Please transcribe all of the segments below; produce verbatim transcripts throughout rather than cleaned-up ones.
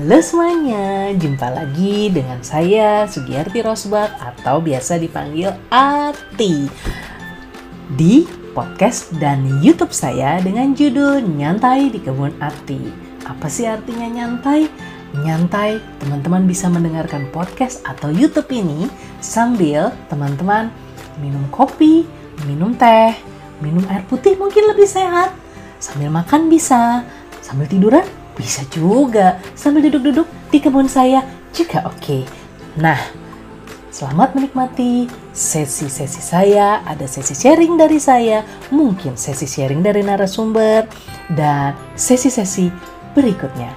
Halo semuanya, jumpa lagi dengan saya Sugiyarti Rosbak atau biasa dipanggil Ati di podcast dan YouTube saya dengan judul Nyantai di Kebun Ati. Apa sih artinya nyantai? Nyantai, teman-teman bisa mendengarkan podcast atau YouTube ini sambil teman-teman minum kopi, minum teh, minum air putih mungkin lebih sehat. Sambil makan bisa, sambil tiduran bisa juga, sambil duduk-duduk di kebun saya juga oke. Nah, selamat menikmati sesi-sesi saya, ada sesi sharing dari saya, mungkin sesi sharing dari narasumber, dan sesi-sesi berikutnya.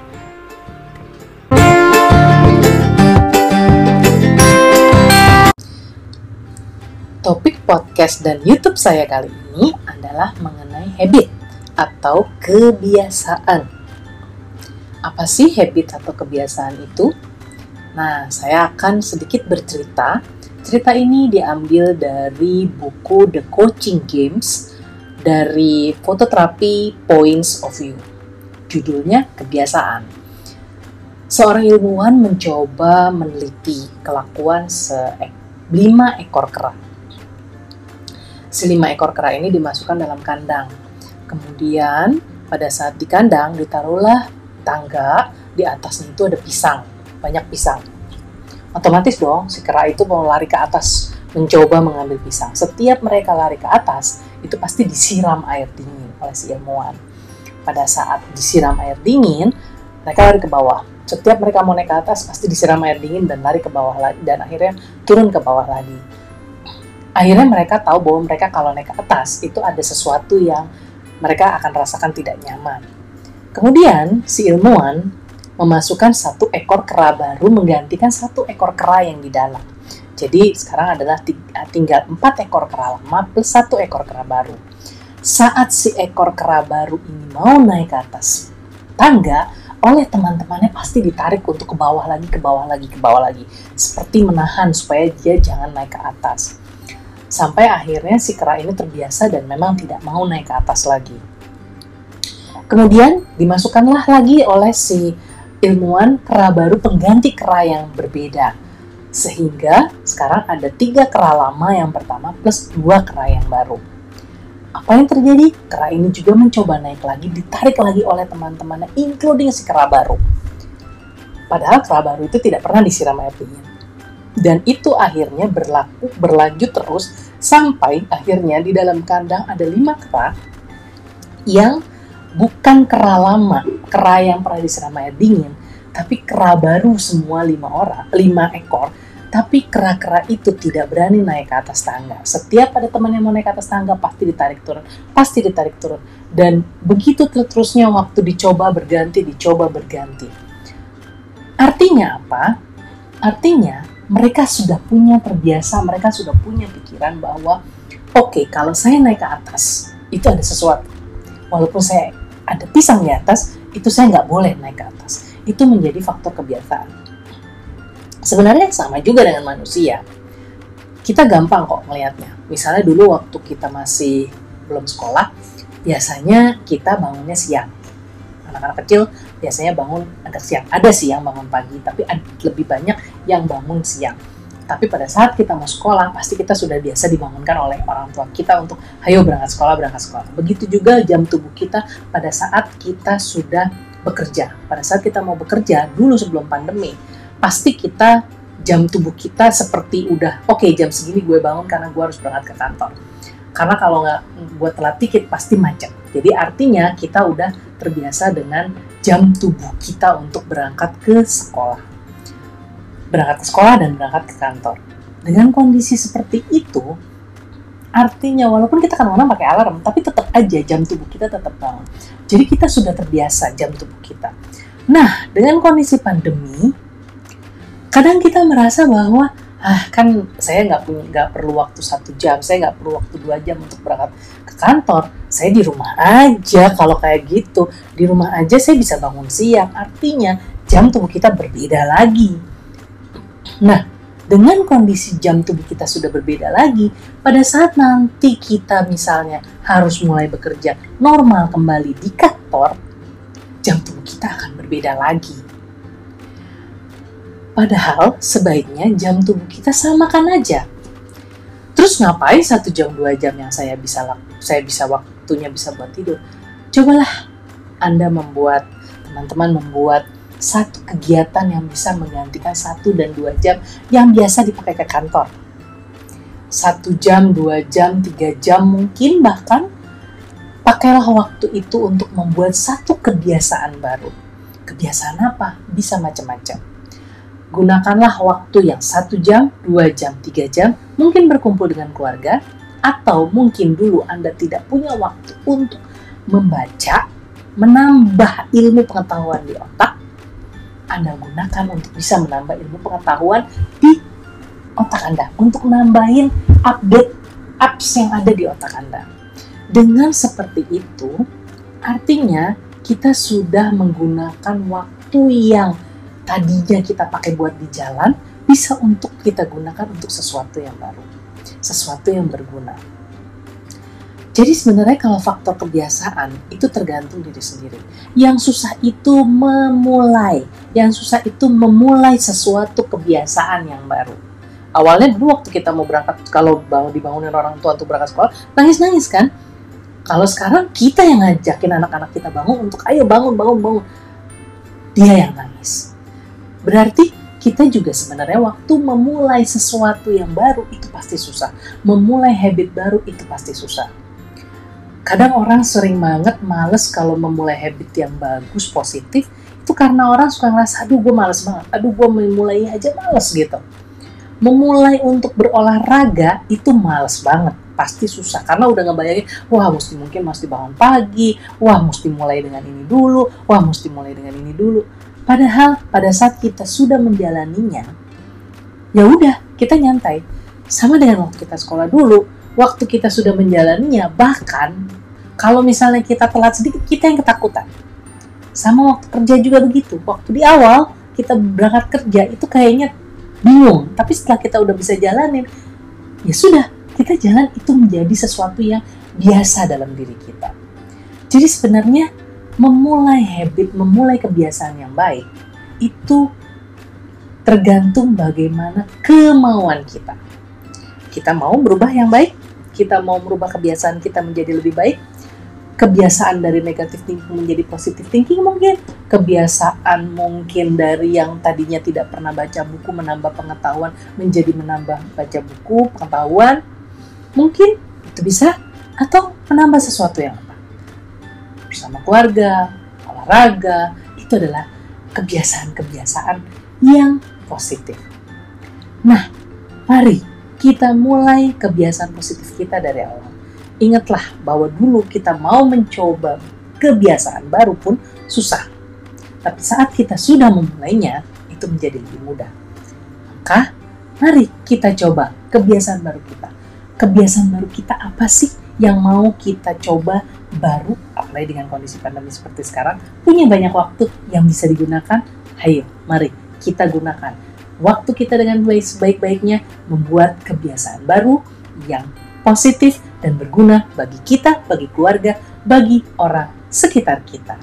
Topik podcast dan YouTube saya kali ini adalah mengenai habit atau kebiasaan. Apa sih habit atau kebiasaan itu? Nah, saya akan sedikit bercerita. Cerita ini diambil dari buku The Coaching Games dari Fototerapi Points of View. Judulnya Kebiasaan. Seorang ilmuwan mencoba meneliti kelakuan se- lima ekor kera. Selima ekor kera ini dimasukkan dalam kandang. Kemudian pada saat di kandang ditaruhlah tangga, di atasnya itu ada pisang, banyak pisang. Otomatis dong si kera itu mau lari ke atas mencoba mengambil pisang. Setiap mereka lari ke atas itu pasti disiram air dingin oleh si ilmuwan. Pada saat disiram air dingin, mereka lari ke bawah. Setiap mereka mau naik ke atas pasti disiram air dingin dan lari ke bawah lagi, dan akhirnya turun ke bawah lagi. Akhirnya mereka tahu bahwa mereka kalau naik ke atas itu ada sesuatu yang mereka akan rasakan tidak nyaman. Kemudian si ilmuwan memasukkan satu ekor kera baru menggantikan satu ekor kera yang di dalam. Jadi sekarang adalah tiga, tinggal empat ekor kera lama plus satu ekor kera baru. Saat si ekor kera baru ini mau naik ke atas tangga, oleh teman-temannya pasti ditarik untuk ke bawah lagi, ke bawah lagi, ke bawah lagi. Seperti menahan supaya dia jangan naik ke atas. Sampai akhirnya si kera ini terbiasa dan memang tidak mau naik ke atas lagi. Kemudian dimasukkanlah lagi oleh si ilmuwan kera baru pengganti kera yang berbeda. Sehingga sekarang ada tiga kera lama yang pertama plus dua kera yang baru. Apa yang terjadi? Kera ini juga mencoba naik lagi, ditarik lagi oleh teman-temannya, including si kera baru. Padahal kera baru itu tidak pernah disiram air dingin. Dan itu akhirnya berlaku, berlanjut terus, sampai akhirnya di dalam kandang ada lima kera yang bukan kera lama, kera yang pernah disiram air dingin, tapi kera baru semua lima orang, lima ekor. Tapi kera-kera itu tidak berani naik ke atas tangga. Setiap ada teman yang mau naik ke atas tangga, pasti ditarik turun, pasti ditarik turun. Dan begitu terusnya waktu dicoba berganti, dicoba berganti. Artinya apa? Artinya mereka sudah punya terbiasa, mereka sudah punya pikiran bahwa oke, okay, kalau saya naik ke atas, itu ada sesuatu. Walaupun saya ada pisang di atas, itu saya nggak boleh naik ke atas. Itu menjadi faktor kebiasaan. Sebenarnya sama juga dengan manusia. Kita gampang kok melihatnya. Misalnya dulu waktu kita masih belum sekolah, biasanya kita bangunnya siang. Anak-anak kecil biasanya bangun agak siang. Ada sih yang bangun pagi, tapi lebih banyak yang bangun siang. Tapi pada saat kita mau sekolah, pasti kita sudah biasa dibangunkan oleh orang tua kita untuk ayo berangkat sekolah, berangkat sekolah. Begitu juga jam tubuh kita pada saat kita sudah bekerja. Pada saat kita mau bekerja, dulu sebelum pandemi, pasti kita, jam tubuh kita seperti udah, oke okay, jam segini gue bangun karena gue harus berangkat ke kantor. Karena kalau nggak gue telat dikit, pasti macet. Jadi artinya kita udah terbiasa dengan jam tubuh kita untuk berangkat ke sekolah. Berangkat ke sekolah dan berangkat ke kantor. Dengan kondisi seperti itu, artinya walaupun kita kadang-kadang pakai alarm, tapi tetap aja jam tubuh kita tetap bangun. Jadi kita sudah terbiasa jam tubuh kita. Nah, dengan kondisi pandemi, kadang kita merasa bahwa, ah kan saya nggak punya, nggak perlu waktu satu jam, saya nggak perlu waktu dua jam untuk berangkat ke kantor. Saya di rumah aja kalau kayak gitu, di rumah aja saya bisa bangun siang. Artinya jam tubuh kita berbeda lagi. Nah, dengan kondisi jam tubuh kita sudah berbeda lagi, pada saat nanti kita misalnya harus mulai bekerja normal kembali di kantor, jam tubuh kita akan berbeda lagi. Padahal sebaiknya jam tubuh kita samakan aja. Terus ngapain satu jam dua jam yang saya bisa saya bisa waktunya bisa buat tidur? Cobalah Anda membuat, teman-teman membuat satu kegiatan yang bisa menggantikan satu dan dua jam yang biasa dipakai ke kantor. Satu jam, dua jam, tiga jam mungkin bahkan pakailah waktu itu untuk membuat satu kebiasaan baru. Kebiasaan apa? Bisa macam-macam. Gunakanlah waktu yang satu jam, dua jam, tiga jam, mungkin berkumpul dengan keluarga, atau mungkin dulu Anda tidak punya waktu untuk membaca, menambah ilmu pengetahuan di otak. Anda gunakan untuk bisa menambah ilmu pengetahuan di otak Anda, untuk nambahin update apps yang ada di otak Anda. Dengan seperti itu, artinya kita sudah menggunakan waktu yang tadinya kita pakai buat di jalan, bisa untuk kita gunakan untuk sesuatu yang baru, sesuatu yang berguna. Jadi sebenarnya kalau faktor kebiasaan itu tergantung diri sendiri. Yang susah itu memulai, yang susah itu memulai sesuatu kebiasaan yang baru. Awalnya dulu waktu kita mau berangkat, kalau bangun dibangunin orang tua untuk berangkat sekolah, nangis-nangis kan? Kalau sekarang kita yang ngajakin anak-anak kita bangun untuk ayo bangun, bangun, bangun. Dia yang nangis. Berarti kita juga sebenarnya waktu memulai sesuatu yang baru itu pasti susah. Memulai habit baru itu pasti susah. Kadang orang sering banget males kalau memulai habit yang bagus, positif. Itu karena orang suka ngerasa, aduh gue males banget, aduh gue memulai aja males gitu. Memulai untuk berolahraga itu males banget, pasti susah karena udah ngebayangin, wah mesti mungkin mesti bangun pagi, wah mesti mulai dengan ini dulu, wah mesti mulai dengan ini dulu. Padahal pada saat kita sudah menjalaninya, ya udah kita nyantai. Sama dengan waktu kita sekolah dulu, waktu kita sudah menjalaninya, bahkan kalau misalnya kita telat sedikit, kita yang ketakutan. Sama waktu kerja juga begitu, waktu di awal kita berangkat kerja itu kayaknya bingung, tapi setelah kita udah bisa jalanin, ya sudah, kita jalan itu menjadi sesuatu yang biasa dalam diri kita. Jadi sebenarnya memulai habit, memulai kebiasaan yang baik, itu tergantung bagaimana kemauan kita. Kita mau berubah yang baik, kita mau merubah kebiasaan kita menjadi lebih baik, kebiasaan dari negatif thinking menjadi positif thinking mungkin, kebiasaan mungkin dari yang tadinya tidak pernah baca buku menambah pengetahuan menjadi menambah baca buku, pengetahuan, mungkin itu bisa, atau menambah sesuatu yang apa? Bersama keluarga, olahraga, itu adalah kebiasaan-kebiasaan yang positif. Nah, mari kita mulai kebiasaan positif kita dari awal. Ingatlah bahwa dulu kita mau mencoba kebiasaan baru pun susah. Tapi saat kita sudah memulainya, itu menjadi lebih mudah. Maka, mari kita coba kebiasaan baru kita. Kebiasaan baru kita apa sih yang mau kita coba baru, apalagi dengan kondisi pandemi seperti sekarang, punya banyak waktu yang bisa digunakan. Ayo, mari kita gunakan waktu kita dengan baik-baiknya membuat kebiasaan baru yang positif dan berguna bagi kita, bagi keluarga, bagi orang sekitar kita.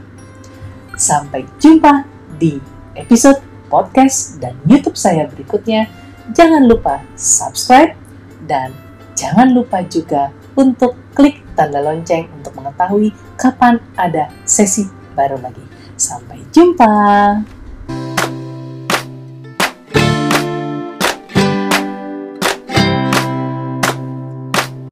Sampai jumpa di episode podcast dan YouTube saya berikutnya. Jangan lupa subscribe dan jangan lupa juga untuk klik tanda lonceng untuk mengetahui kapan ada sesi baru lagi. Sampai jumpa.